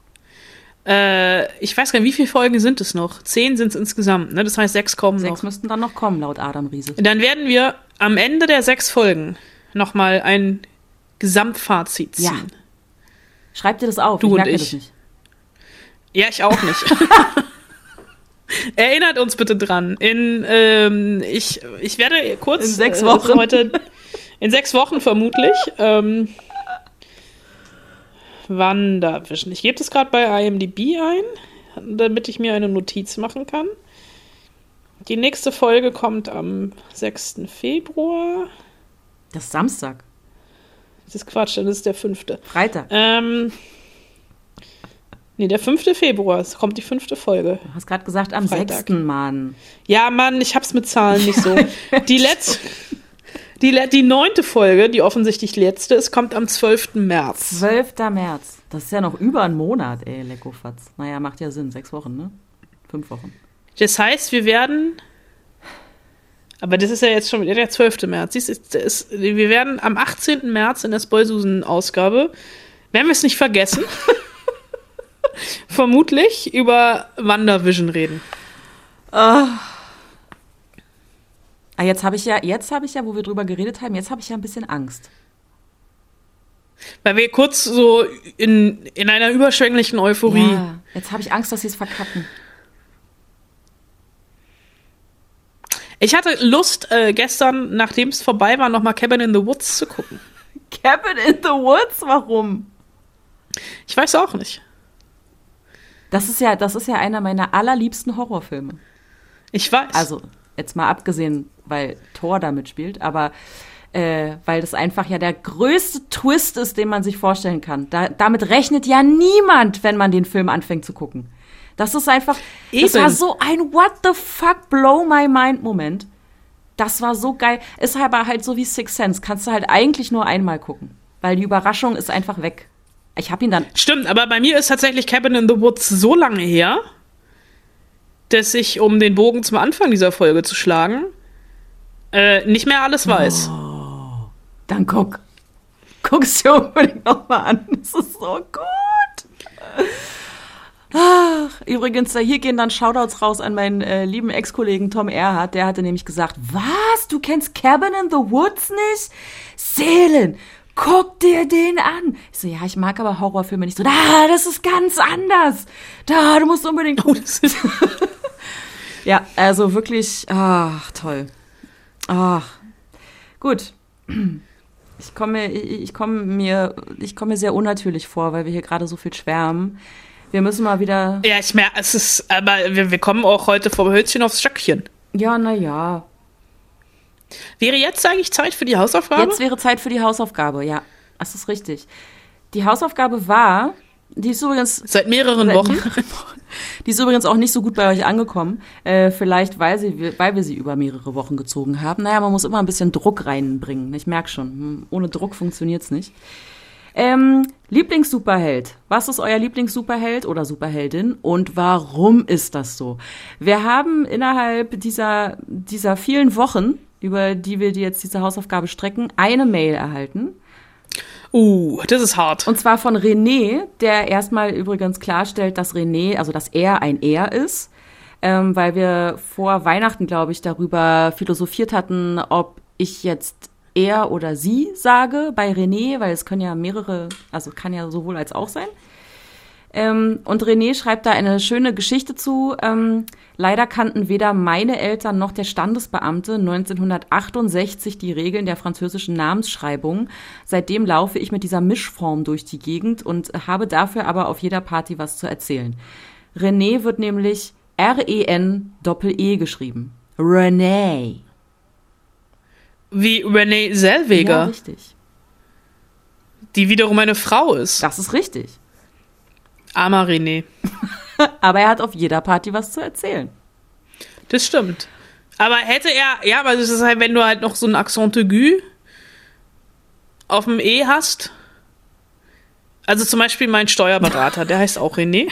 B: Ich weiß gar nicht, wie viele Folgen sind es noch? 10 sind es insgesamt, ne? Das heißt, 6 kommen
A: 6
B: noch.
A: 6 müssten dann noch kommen, laut Adam Riese.
B: Dann werden wir am Ende der 6 Folgen nochmal ein Gesamtfazit ziehen.
A: Ja. Schreib dir das auf,
B: du
A: ich merke
B: und
A: das nicht.
B: Ja, ich auch nicht. Erinnert uns bitte dran. Ich werde kurz
A: in 6 Wochen
B: heute in 6 Wochen vermutlich WandaVision. Ich gebe das gerade bei IMDb ein, damit ich mir eine Notiz machen kann. Die nächste Folge kommt am 6. Februar.
A: Das ist Samstag.
B: Das ist Quatsch, dann ist es der 5.
A: Freitag.
B: Nee, der 5. Februar, es kommt die 5. Folge.
A: Du hast gerade gesagt, am Freitag. 6. Mann.
B: Ja, Mann, ich hab's mit Zahlen nicht so. Die 9. Folge, die offensichtlich letzte ist, kommt am 12. März.
A: 12. März. Das ist ja noch über einen Monat, ey, Leckofatz. Naja, macht ja Sinn. 6 Wochen, ne? 5 Wochen.
B: Das heißt, wir werden... Aber das ist ja jetzt schon wieder der 12. März. Wir werden am 18. März in der Spoilsusen-Ausgabe, werden wir es nicht vergessen, vermutlich über WandaVision reden.
A: Jetzt habe ich ja, wo wir drüber geredet haben, jetzt habe ich ja ein bisschen Angst.
B: Weil wir kurz so in einer überschwänglichen Euphorie...
A: Ja, jetzt habe ich Angst, dass sie es verkacken.
B: Ich hatte Lust, gestern, nachdem es vorbei war, nochmal Cabin in the Woods zu gucken.
A: Cabin in the Woods? Warum?
B: Ich weiß auch nicht.
A: Das ist ja einer meiner allerliebsten Horrorfilme.
B: Ich weiß.
A: Also, jetzt mal abgesehen, weil Thor da mitspielt, aber weil das einfach ja der größte Twist ist, den man sich vorstellen kann. Damit rechnet ja niemand, wenn man den Film anfängt zu gucken. Das ist einfach, das war so ein What the fuck, blow my mind Moment. Das war so geil. Ist aber halt so wie Sixth Sense. Kannst du halt eigentlich nur einmal gucken. Weil die Überraschung ist einfach weg. Ich hab ihn dann...
B: Stimmt, aber bei mir ist tatsächlich Cabin in the Woods so lange her, dass ich, um den Bogen zum Anfang dieser Folge zu schlagen, nicht mehr alles weiß.
A: Oh, dann guck's dir unbedingt nochmal an. Das ist so gut. Ach, übrigens, hier gehen dann Shoutouts raus an meinen lieben Ex-Kollegen Tom Erhardt. Der hatte nämlich gesagt, was, du kennst Cabin in the Woods nicht? Seelen, guck dir den an. Ich so, ja, ich mag aber Horrorfilme nicht so. Das ist ganz anders. Du musst unbedingt gucken. Ja, also wirklich, ach, toll. Ach, gut. Ich komme mir sehr unnatürlich vor, weil wir hier gerade so viel schwärmen. Wir müssen mal wieder...
B: Ja, ich merke, aber wir kommen auch heute vom Hölzchen aufs Stöckchen.
A: Ja, naja.
B: Wäre jetzt eigentlich Zeit für die Hausaufgabe?
A: Jetzt wäre Zeit für die Hausaufgabe, ja. Das ist richtig. Die Hausaufgabe war, die ist übrigens...
B: Seit mehreren Wochen.
A: Die ist übrigens auch nicht so gut bei euch angekommen. Vielleicht, weil wir sie über mehrere Wochen gezogen haben. Naja, man muss immer ein bisschen Druck reinbringen. Ich merke schon, ohne Druck funktioniert's nicht. Lieblingssuperheld. Was ist euer Lieblingssuperheld oder Superheldin und warum ist das so? Wir haben innerhalb dieser vielen Wochen, über die wir jetzt diese Hausaufgabe strecken, eine Mail erhalten.
B: Das ist hart.
A: Und zwar von René, der erstmal übrigens klarstellt, dass er ein Er ist, weil wir vor Weihnachten, glaube ich, darüber philosophiert hatten, ob ich jetzt er oder sie sage bei René, weil es können ja kann ja sowohl als auch sein. Und René schreibt da eine schöne Geschichte zu. Leider kannten weder meine Eltern noch der Standesbeamte 1968 die Regeln der französischen Namensschreibung. Seitdem laufe ich mit dieser Mischform durch die Gegend und habe dafür aber auf jeder Party was zu erzählen. René wird nämlich R-E-N-Doppel-E geschrieben. René.
B: Wie Renée Zellweger.
A: Ja, richtig.
B: Die wiederum eine Frau ist.
A: Das ist richtig.
B: Armer René.
A: Aber er hat auf jeder Party was zu erzählen.
B: Das stimmt. Aber aber das ist halt, wenn du halt noch so ein Accent aigu auf dem E hast. Also zum Beispiel mein Steuerberater, der heißt auch René.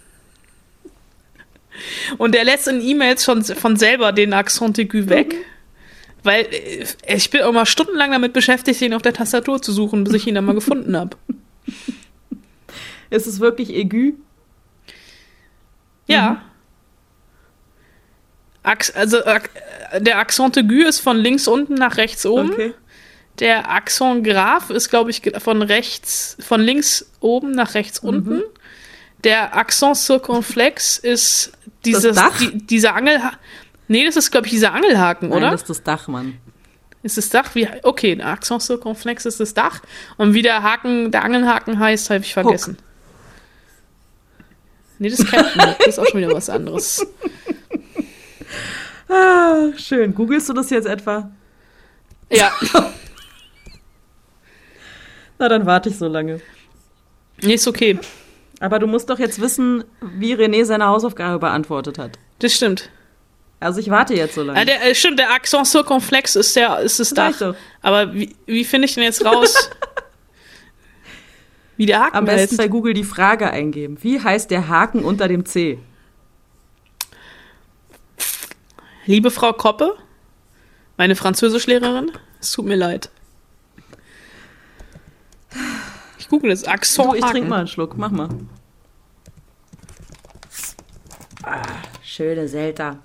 B: Und der lässt in E-Mails schon von selber den Accent aigu weg. Weil ich bin auch mal stundenlang damit beschäftigt, ihn auf der Tastatur zu suchen, bis ich ihn dann mal gefunden habe.
A: Ist es wirklich aigu?
B: Ja. Der Accent aigu ist von links unten nach rechts oben. Okay. Der Accent grave ist, glaube ich, von links oben nach rechts unten. Der Accent circonflex ist dieser Angelhaken. Nee, das ist, glaube ich, dieser Angelhaken, oder?
A: Nein, das ist das Dach, Mann.
B: Ist das Dach? Okay, der Accent circonflex ist das Dach. Und wie der Angelhaken heißt, habe ich vergessen. Hook. Nee, das kennt man. Das ist auch schon wieder was anderes.
A: Schön. Googlest du das jetzt etwa?
B: Ja.
A: Na, dann warte ich so lange.
B: Nee, ist okay.
A: Aber du musst doch jetzt wissen, wie René seine Hausaufgabe beantwortet hat.
B: Das stimmt.
A: Also ich warte jetzt so lange.
B: Stimmt, der Accent circonflex ist das Dach. So. Aber wie finde ich denn jetzt raus, wie der Haken heißt?
A: Am besten bei Google die Frage eingeben. Wie heißt der Haken unter dem C?
B: Liebe Frau Koppe, meine Französischlehrerin, es tut mir leid. Ich google das. Accent.
A: Ich trinke mal einen Schluck. Mach mal. Schöne Selter.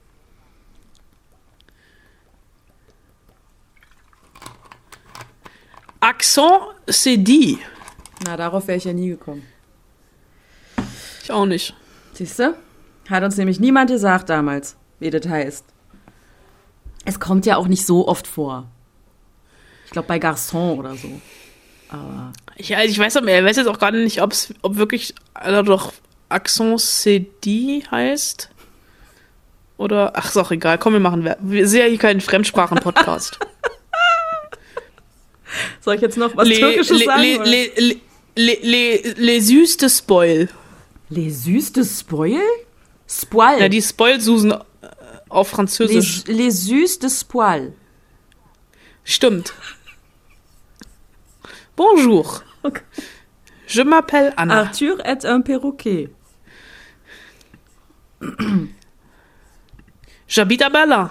B: Accent, c'est dit.
A: Na, darauf wäre ich ja nie gekommen.
B: Ich auch nicht.
A: Siehst du? Hat uns nämlich niemand gesagt damals, wie das heißt. Es kommt ja auch nicht so oft vor. Ich glaube bei Garçon oder so. Aber
B: Ich weiß jetzt auch gerade nicht, ob wirklich doch Accent CD heißt. Oder, ach, ist auch egal. Komm, wir sind ja hier keinen Fremdsprachen-Podcast.
A: soll ich jetzt noch was Türkisches sagen?
B: Les Us de Spoil.
A: Les Us de Spoil? Spoil.
B: Ja, die Spoilsusen auf Französisch.
A: Les Us de Spoil.
B: Stimmt. Bonjour.
A: Okay.
B: Je m'appelle Anna.
A: Arthur est un perroquet.
B: J'habite à Berlin.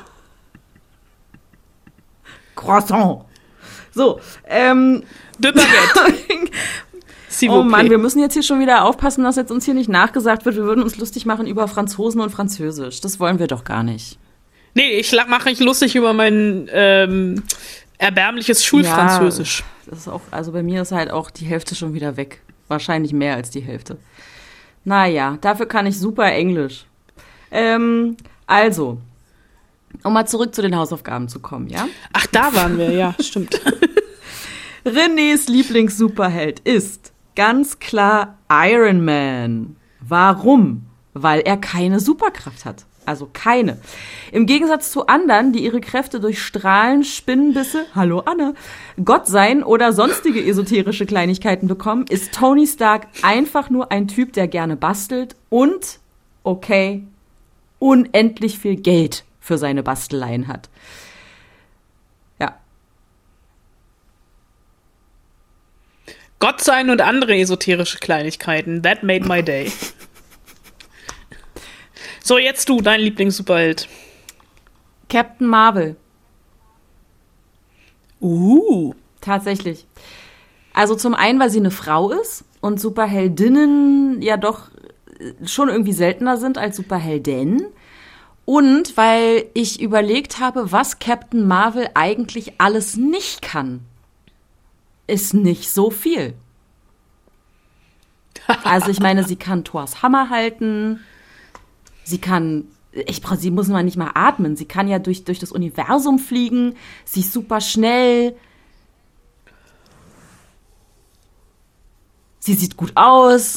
A: Croissant. So,
B: De Baguette.
A: Oh Mann, wir müssen jetzt hier schon wieder aufpassen, dass jetzt uns hier nicht nachgesagt wird, wir würden uns lustig machen über Franzosen und Französisch. Das wollen wir doch gar nicht.
B: Nee, ich mache mich lustig über mein erbärmliches Schulfranzösisch.
A: Ja, das ist auch, also bei mir ist halt auch die Hälfte schon wieder weg. Wahrscheinlich mehr als die Hälfte. Naja, dafür kann ich super Englisch. Also, um mal zurück zu den Hausaufgaben zu kommen, ja?
B: Ach, da waren wir, ja, stimmt.
A: Renés Lieblings-Superheld ist ganz klar Iron Man. Warum? Weil er keine Superkraft hat. Also keine. Im Gegensatz zu anderen, die ihre Kräfte durch Strahlen, Spinnenbisse, hallo Anne, Gottsein oder sonstige esoterische Kleinigkeiten bekommen, ist Tony Stark einfach nur ein Typ, der gerne bastelt und, okay, unendlich viel Geld für seine Basteleien hat. Ja.
B: Gottsein und andere esoterische Kleinigkeiten. That made my day. So, jetzt du, dein Lieblings-Superheld.
A: Captain Marvel. Tatsächlich. Also zum einen, weil sie eine Frau ist und Superheldinnen ja doch schon irgendwie seltener sind als Superhelden. Und weil ich überlegt habe, was Captain Marvel eigentlich alles nicht kann. Ist nicht so viel. Also ich meine, sie kann Thors Hammer halten. Sie muss mal nicht mal atmen. Sie kann ja durch das Universum fliegen. Sie ist super schnell. Sie sieht gut aus.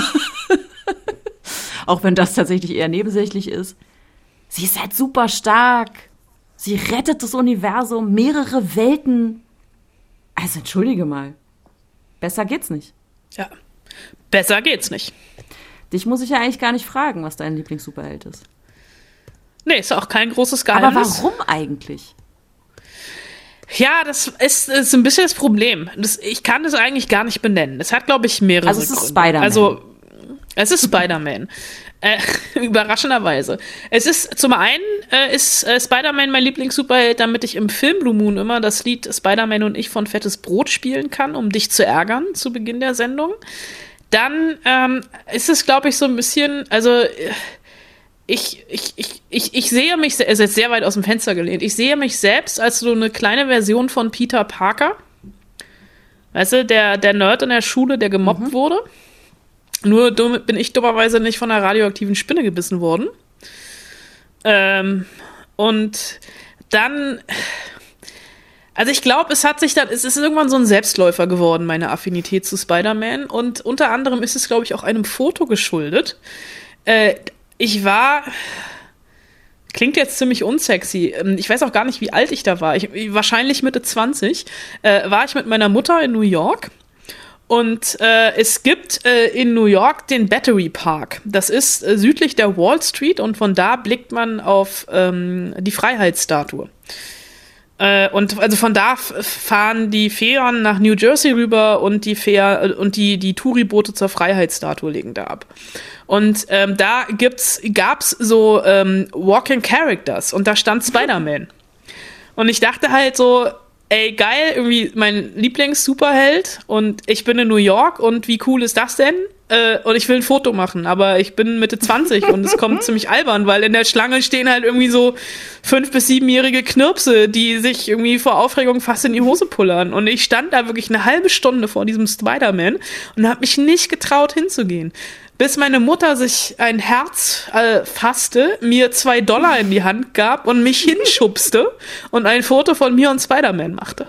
A: Auch wenn das tatsächlich eher nebensächlich ist. Sie ist halt super stark. Sie rettet das Universum, mehrere Welten. Also entschuldige mal. Besser geht's nicht.
B: Ja, besser geht's nicht.
A: Dich muss ich ja eigentlich gar nicht fragen, was dein Lieblings-Superheld ist.
B: Nee, ist auch kein großes Geheimnis.
A: Aber warum eigentlich?
B: Ja, das ist ein bisschen das Problem. Ich kann das eigentlich gar nicht benennen. Es hat, glaube ich, mehrere
A: Also es ist Spider-Man.
B: Also, es ist Spider-Man. Überraschenderweise. Es ist, zum einen ist Spider-Man mein Lieblings-Superheld, damit ich im Film Blue Moon immer das Lied Spider-Man und ich von Fettes Brot spielen kann, um dich zu ärgern zu Beginn der Sendung. Dann ist es, glaube ich, so ein bisschen, also ich sehe mich, es ist jetzt sehr weit aus dem Fenster gelehnt, ich sehe mich selbst als so eine kleine Version von Peter Parker. Weißt du, der Nerd in der Schule, der gemobbt wurde. Nur bin ich dummerweise nicht von einer radioaktiven Spinne gebissen worden. Und dann, also ich glaube, es ist irgendwann so ein Selbstläufer geworden, meine Affinität zu Spider-Man. Und unter anderem ist es, glaube ich, auch einem Foto geschuldet. Klingt jetzt ziemlich unsexy. Ich weiß auch gar nicht, wie alt ich da war. Wahrscheinlich Mitte 20. War ich mit meiner Mutter in New York. Und es gibt in New York den Battery Park. Das ist südlich der Wall Street und von da blickt man auf die Freiheitsstatue. Und also von da fahren die Fähren nach New Jersey rüber und die Touriboote zur Freiheitsstatue legen da ab. Und da gab's so Walking Characters und da stand Spider-Man. Und ich dachte halt so, ey, geil, irgendwie mein Lieblings-Superheld und ich bin in New York und wie cool ist das denn? und ich will ein Foto machen, aber ich bin Mitte 20 und es kommt ziemlich albern, weil in der Schlange stehen halt irgendwie so 5- bis 7-jährige Knirpse, die sich irgendwie vor Aufregung fast in die Hose pullern. Und ich stand da wirklich eine halbe Stunde vor diesem Spider-Man und habe mich nicht getraut hinzugehen. Bis meine Mutter sich ein Herz fasste, mir $2 in die Hand gab und mich hinschubste und ein Foto von mir und Spider-Man machte.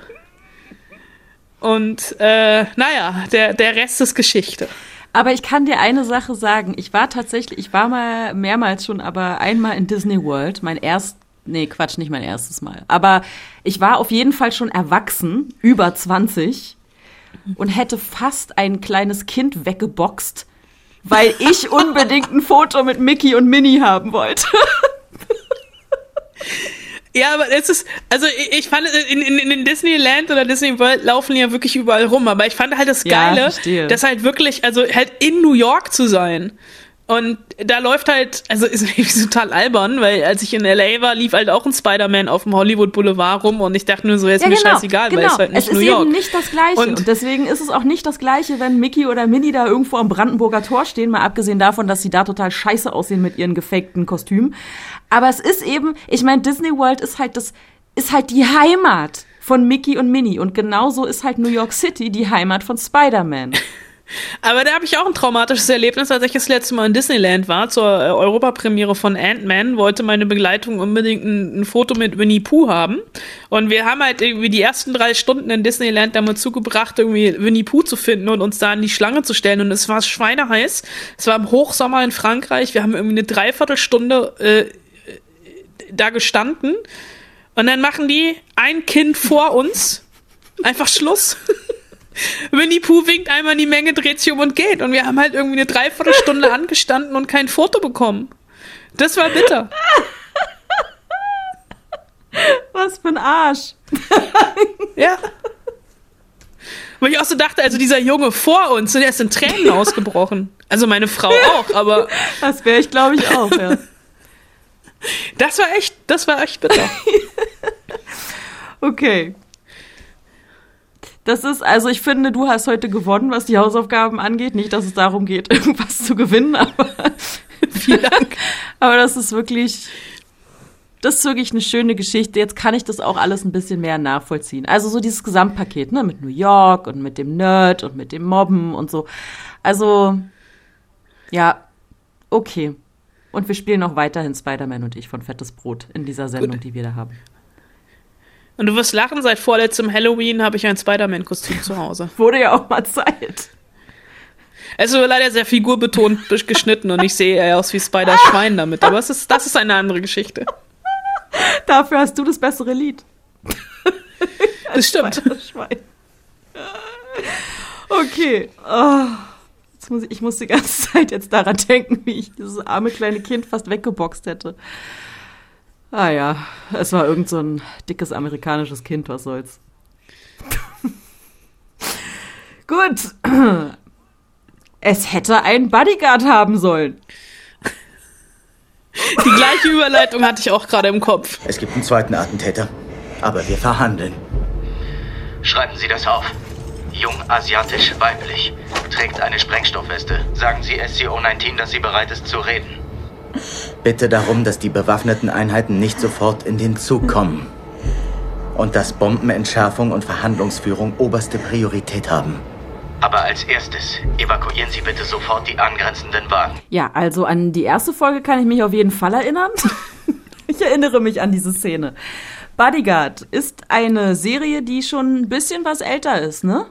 B: Und der Rest ist Geschichte.
A: Aber ich kann dir eine Sache sagen. Ich war mal mehrmals schon, aber einmal in Disney World. Nicht mein erstes Mal. Aber ich war auf jeden Fall schon erwachsen, über 20, und hätte fast ein kleines Kind weggeboxt, weil ich unbedingt ein Foto mit Mickey und Minnie haben wollte.
B: Ja, aber es ist, also ich fand, in Disneyland oder Disney World laufen ja wirklich überall rum, aber ich fand halt das Geile, das halt wirklich, also halt in New York zu sein. Und da läuft halt, also ist total albern, weil als ich in L.A. war, lief halt auch ein Spider-Man auf dem Hollywood Boulevard rum und ich dachte nur so, jetzt ist mir scheißegal, weil es halt nicht New York.
A: Es ist eben nicht das Gleiche und deswegen ist es auch nicht das Gleiche, wenn Mickey oder Minnie da irgendwo am Brandenburger Tor stehen, mal abgesehen davon, dass sie da total scheiße aussehen mit ihren gefakten Kostümen. Aber es ist eben, ich meine, Disney World ist halt die Heimat von Mickey und Minnie und genauso ist halt New York City die Heimat von Spider-Man.
B: Aber da habe ich auch ein traumatisches Erlebnis, als ich das letzte Mal in Disneyland war, zur Europapremiere von Ant-Man, wollte meine Begleitung unbedingt ein Foto mit Winnie Pooh haben. Und wir haben halt irgendwie die ersten 3 Stunden in Disneyland damit zugebracht, irgendwie Winnie Pooh zu finden und uns da in die Schlange zu stellen. Und es war schweineheiß. Es war im Hochsommer in Frankreich. Wir haben irgendwie eine Dreiviertelstunde da gestanden. Und dann machen die ein Kind vor uns einfach Schluss. Winnie Pooh winkt einmal in die Menge, dreht sich um und geht. Und wir haben halt irgendwie eine Dreiviertelstunde angestanden und kein Foto bekommen. Das war bitter.
A: Was für ein Arsch.
B: Ja. Weil ich auch so dachte, also dieser Junge vor uns, der ist in Tränen ausgebrochen. Also meine Frau auch, aber...
A: Das wäre ich, glaube ich, auch, ja.
B: Das war echt bitter.
A: Okay. Das ist, also ich finde, du hast heute gewonnen, was die Hausaufgaben angeht. Nicht, dass es darum geht, irgendwas zu gewinnen, aber vielen Dank. Aber das ist wirklich eine schöne Geschichte. Jetzt kann ich das auch alles ein bisschen mehr nachvollziehen. Also so dieses Gesamtpaket, ne, mit New York und mit dem Nerd und mit dem Mobben und so. Also, ja, okay. Und wir spielen auch weiterhin Spider-Man und ich von Fettes Brot in dieser Sendung, die wir da haben.
B: Und du wirst lachen, seit vorletztem Halloween habe ich ein Spider-Man-Kostüm zu Hause.
A: Wurde ja auch mal Zeit.
B: Es ist leider sehr figurbetont geschnitten und ich sehe eher aus wie Spider-Schwein damit. Aber das ist eine andere Geschichte.
A: Dafür hast du das bessere Lied.
B: Das stimmt.
A: Okay. Oh. Ich muss die ganze Zeit jetzt daran denken, wie ich dieses arme kleine Kind fast weggeboxt hätte. Ah ja, es war irgend so ein dickes amerikanisches Kind, was soll's. Gut. Es hätte einen Bodyguard haben sollen.
B: Die gleiche Überleitung hatte ich auch gerade im Kopf.
H: Es gibt einen zweiten Attentäter, aber wir verhandeln.
J: Schreiben Sie das auf. Jung, asiatisch, weiblich. Trägt eine Sprengstoffweste. Sagen Sie SCO-19, dass sie bereit ist zu reden.
H: Bitte darum, dass die bewaffneten Einheiten nicht sofort in den Zug kommen. Und dass Bombenentschärfung und Verhandlungsführung oberste Priorität haben.
J: Aber als erstes, evakuieren Sie bitte sofort die angrenzenden Wagen.
A: Ja, also an die erste Folge kann ich mich auf jeden Fall erinnern. Ich erinnere mich an diese Szene. Bodyguard ist eine Serie, die schon ein bisschen was älter ist, ne?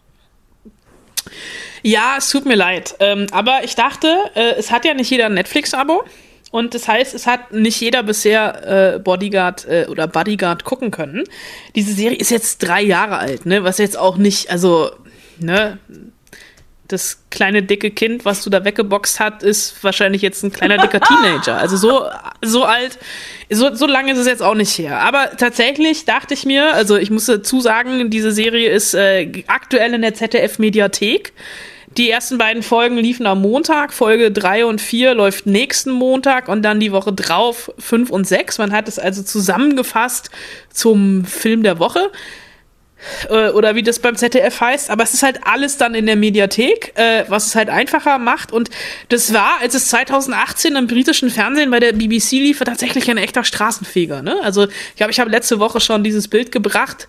B: Ja, es tut mir leid. Aber ich dachte, es hat ja nicht jeder ein Netflix-Abo. Und das heißt, es hat nicht jeder bisher Bodyguard oder Bodyguard gucken können. Diese Serie ist jetzt 3 Jahre alt, ne? Was jetzt auch nicht, also, ne? Das kleine, dicke Kind, was du da weggeboxt hast, ist wahrscheinlich jetzt ein kleiner, dicker Teenager. Also so alt, so lange ist es jetzt auch nicht her. Aber tatsächlich dachte ich mir, also ich muss dazu sagen, diese Serie ist aktuell in der ZDF-Mediathek. Die ersten 2 Folgen liefen am Montag, Folge 3 und 4 läuft nächsten Montag und dann die Woche drauf 5 und 6. Man hat es also zusammengefasst zum Film der Woche. oder wie das beim ZDF heißt, aber es ist halt alles dann in der Mediathek, was es halt einfacher macht. Und das war, als es 2018 im britischen Fernsehen bei der BBC lief, tatsächlich ein echter Straßenfeger. Ne? Also ich glaube, ich habe letzte Woche schon dieses Bild gebracht,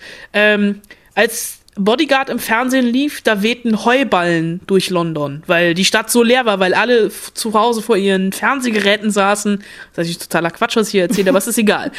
B: als Bodyguard im Fernsehen lief, da wehten Heuballen durch London, weil die Stadt so leer war, weil alle zu Hause vor ihren Fernsehgeräten saßen. Das ist natürlich totaler Quatsch, was ich hier erzähle, aber es ist egal.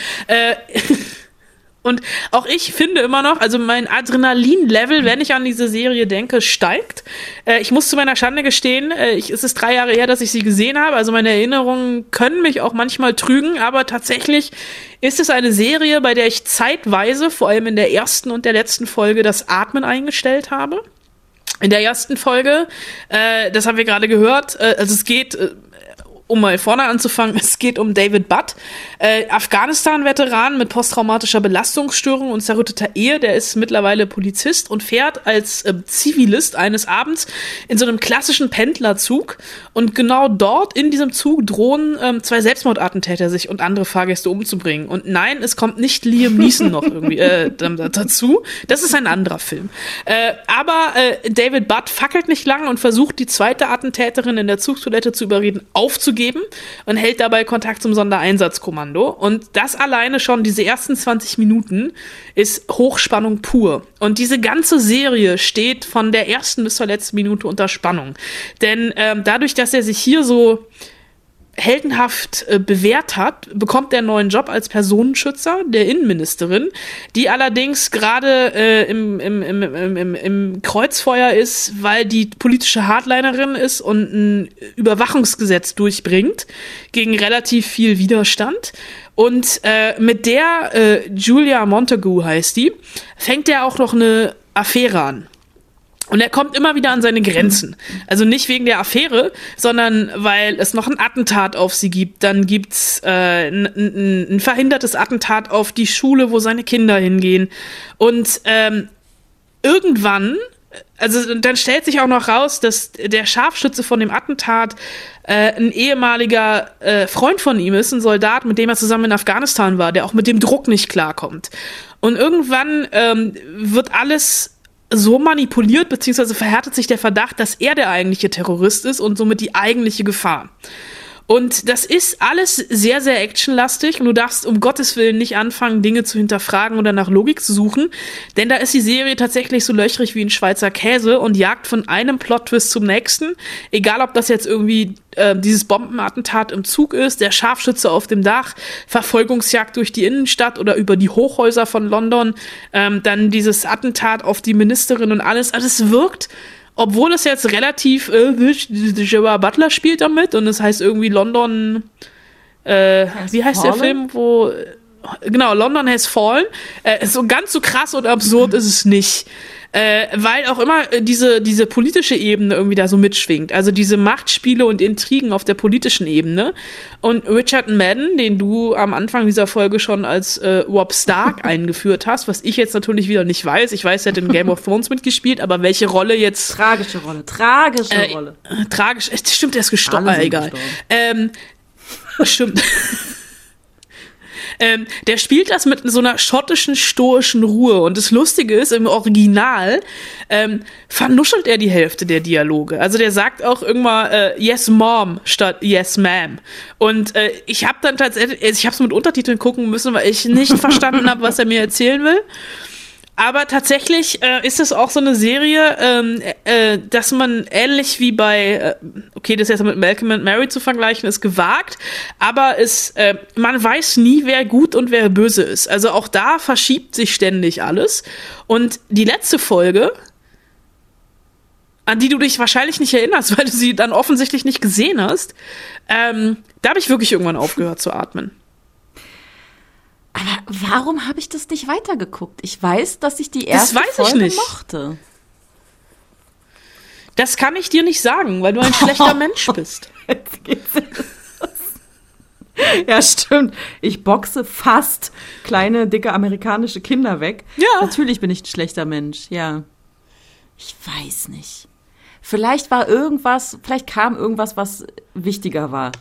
B: Und auch ich finde immer noch, also mein Adrenalin-Level, wenn ich an diese Serie denke, steigt. Ich muss zu meiner Schande gestehen, es ist 3 Jahre her, dass ich sie gesehen habe, also meine Erinnerungen können mich auch manchmal trügen, aber tatsächlich ist es eine Serie, bei der ich zeitweise, vor allem in der ersten und der letzten Folge, das Atmen eingestellt habe. In der ersten Folge, das haben wir gerade gehört, also es geht... Um mal vorne anzufangen, es geht um David Butt, Afghanistan-Veteran mit posttraumatischer Belastungsstörung und zerrütteter Ehe. Der ist mittlerweile Polizist und fährt als Zivilist eines Abends in so einem klassischen Pendlerzug. Und genau dort in diesem Zug drohen 2 Selbstmordattentäter sich und andere Fahrgäste umzubringen. Und nein, es kommt nicht Liam Neeson noch irgendwie dazu. Das ist ein anderer Film. Aber David Butt fackelt nicht lang und versucht, die zweite Attentäterin in der Zugtoilette zu überreden, aufzugeben und hält dabei Kontakt zum Sondereinsatzkommando. Und das alleine schon, diese ersten 20 Minuten, ist Hochspannung pur. Und diese ganze Serie steht von der ersten bis zur letzten Minute unter Spannung. Denn dadurch, dass er sich hier so heldenhaft bewährt hat, bekommt er einen neuen Job als Personenschützer der Innenministerin, die allerdings gerade im Kreuzfeuer ist, weil die politische Hardlinerin ist und ein Überwachungsgesetz durchbringt gegen relativ viel Widerstand. Und mit der, Julia Montagu heißt die, fängt er auch noch eine Affäre an. Und er kommt immer wieder an seine Grenzen. Also nicht wegen der Affäre, sondern weil es noch ein Attentat auf sie gibt. Dann gibt's ein verhindertes Attentat auf die Schule, wo seine Kinder hingehen. Und irgendwann, also dann stellt sich auch noch raus, dass der Scharfschütze von dem Attentat ein ehemaliger Freund von ihm ist, ein Soldat, mit dem er zusammen in Afghanistan war, der auch mit dem Druck nicht klarkommt. Und irgendwann wird alles so manipuliert, beziehungsweise verhärtet sich der Verdacht, dass er der eigentliche Terrorist ist und somit die eigentliche Gefahr. Und das ist alles sehr, sehr actionlastig und du darfst um Gottes Willen nicht anfangen, Dinge zu hinterfragen oder nach Logik zu suchen, denn da ist die Serie tatsächlich so löchrig wie ein Schweizer Käse und jagt von einem Plot-Twist zum nächsten, egal ob das jetzt irgendwie dieses Bombenattentat im Zug ist, der Scharfschütze auf dem Dach, Verfolgungsjagd durch die Innenstadt oder über die Hochhäuser von London, dann dieses Attentat auf die Ministerin und alles wirkt, obwohl es jetzt relativ, Gerard Butler spielt damit und es heißt irgendwie London, wie heißt der Film, wo, genau, London Has Fallen, so ganz so krass und absurd ist es nicht. Weil auch immer diese politische Ebene irgendwie da so mitschwingt. Also diese Machtspiele und Intrigen auf der politischen Ebene. Und Richard Madden, den du am Anfang dieser Folge schon als Robb Stark eingeführt hast, was ich jetzt natürlich wieder nicht weiß. Ich weiß, er hat in Game of Thrones mitgespielt, aber welche Rolle jetzt...
A: Tragische Rolle.
B: Tragisch. Stimmt, der ist gestorben. Egal. Stimmt. Der spielt das mit so einer schottischen, stoischen Ruhe. Und das Lustige ist, im Original vernuschelt er die Hälfte der Dialoge. Also der sagt auch irgendwann Yes, Mom statt Yes, Ma'am. Und ich habe dann tatsächlich, ich habe es mit Untertiteln gucken müssen, weil ich nicht verstanden habe, was er mir erzählen will. Aber tatsächlich ist es auch so eine Serie, dass man ähnlich wie bei, okay, das ist jetzt mit Malcolm and Mary zu vergleichen, ist gewagt, aber man weiß nie, wer gut und wer böse ist. Also auch da verschiebt sich ständig alles. Und die letzte Folge, an die du dich wahrscheinlich nicht erinnerst, weil du sie dann offensichtlich nicht gesehen hast, da habe ich wirklich irgendwann aufgehört zu atmen.
A: Aber warum habe ich das nicht weitergeguckt? Ich weiß, dass ich die erste Folge mochte.
B: Das kann ich dir nicht sagen, weil du ein schlechter Mensch bist.
A: Jetzt geht's los. Ja, stimmt. Ich boxe fast kleine, dicke amerikanische Kinder weg. Ja. Natürlich bin ich ein schlechter Mensch, ja. Ich weiß nicht. Vielleicht kam irgendwas, was wichtiger war.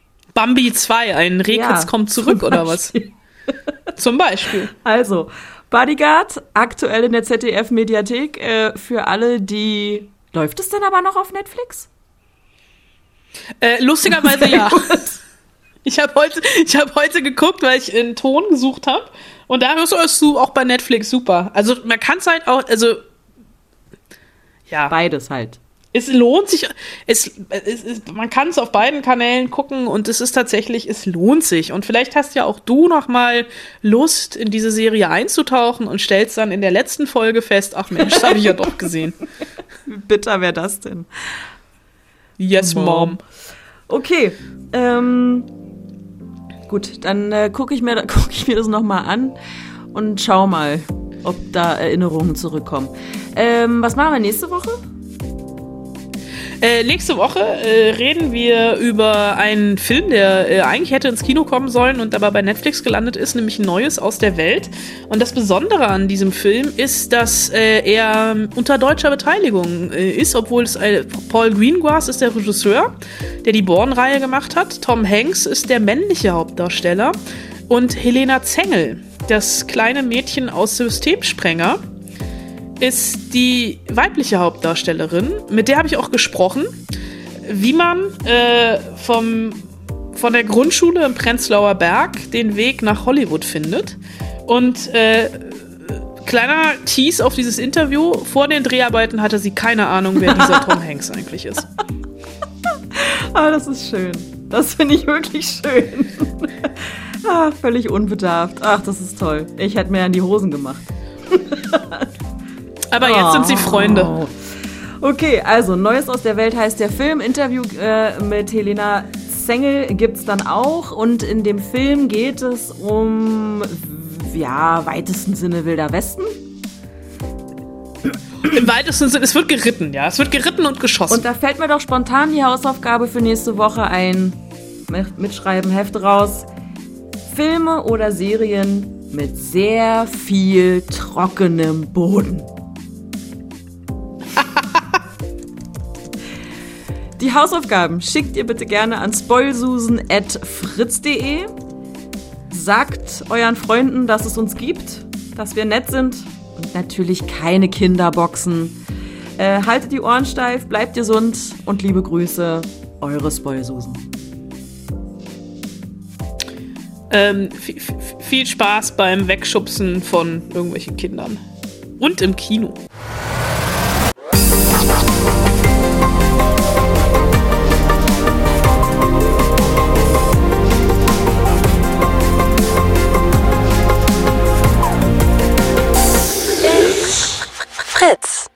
A: Bambi 2, ein Rehkitz kommt zurück oder was?
B: Zum Beispiel.
A: Also, Bodyguard, aktuell in der ZDF-Mediathek, für alle, die... Läuft es denn aber noch auf Netflix?
B: Lustigerweise ja. Ich habe heute geguckt, weil ich einen Ton gesucht habe. Und da ist du auch bei Netflix super. Also man kann es halt auch, also ja.
A: Beides halt.
B: Es lohnt sich, man kann es auf beiden Kanälen gucken und es ist tatsächlich, es lohnt sich. Und vielleicht hast ja auch du noch mal Lust, in diese Serie einzutauchen und stellst dann in der letzten Folge fest, ach Mensch, das habe ich ja doch gesehen.
A: Wie bitter wäre das denn?
B: Yes, Mom.
A: Okay, gut, dann gucke ich mir das noch mal an und schau mal, ob da Erinnerungen zurückkommen. Was machen wir nächste Woche?
B: Nächste Woche reden wir über einen Film, der eigentlich hätte ins Kino kommen sollen und aber bei Netflix gelandet ist, nämlich Neues aus der Welt. Und das Besondere an diesem Film ist, dass er unter deutscher Beteiligung ist, obwohl es Paul Greengrass ist der Regisseur, der die Bourne-Reihe gemacht hat. Tom Hanks ist der männliche Hauptdarsteller und Helena Zengel, das kleine Mädchen aus Systemsprenger, ist die weibliche Hauptdarstellerin. Mit der habe ich auch gesprochen, wie man von der Grundschule im Prenzlauer Berg den Weg nach Hollywood findet. Und kleiner Tease auf dieses Interview, vor den Dreharbeiten hatte sie keine Ahnung, wer dieser Tom Hanks eigentlich ist.
A: Ah, das ist schön. Das finde ich wirklich schön. Völlig unbedarft. Ach, das ist toll. Ich hätte mir an die Hosen gemacht.
B: Aber jetzt sind sie Freunde.
A: Okay, also Neues aus der Welt heißt der Film. Interview mit Helena Zengel gibt's dann auch. Und in dem Film geht es um, ja, weitesten Sinne Wilder Westen.
B: Im weitesten Sinne, es wird geritten, ja. Es wird geritten und geschossen.
A: Und da fällt mir doch spontan die Hausaufgabe für nächste Woche ein. Mitschreiben, Heft raus. Filme oder Serien mit sehr viel trockenem Boden. Die Hausaufgaben schickt ihr bitte gerne an spoilsusen@fritz.de. Sagt euren Freunden, dass es uns gibt, dass wir nett sind und natürlich keine Kinderboxen. Haltet die Ohren steif, bleibt gesund und liebe Grüße, eure Spoilsusen.
B: Viel Spaß beim Wegschubsen von irgendwelchen Kindern. Und im Kino.
C: Fritz.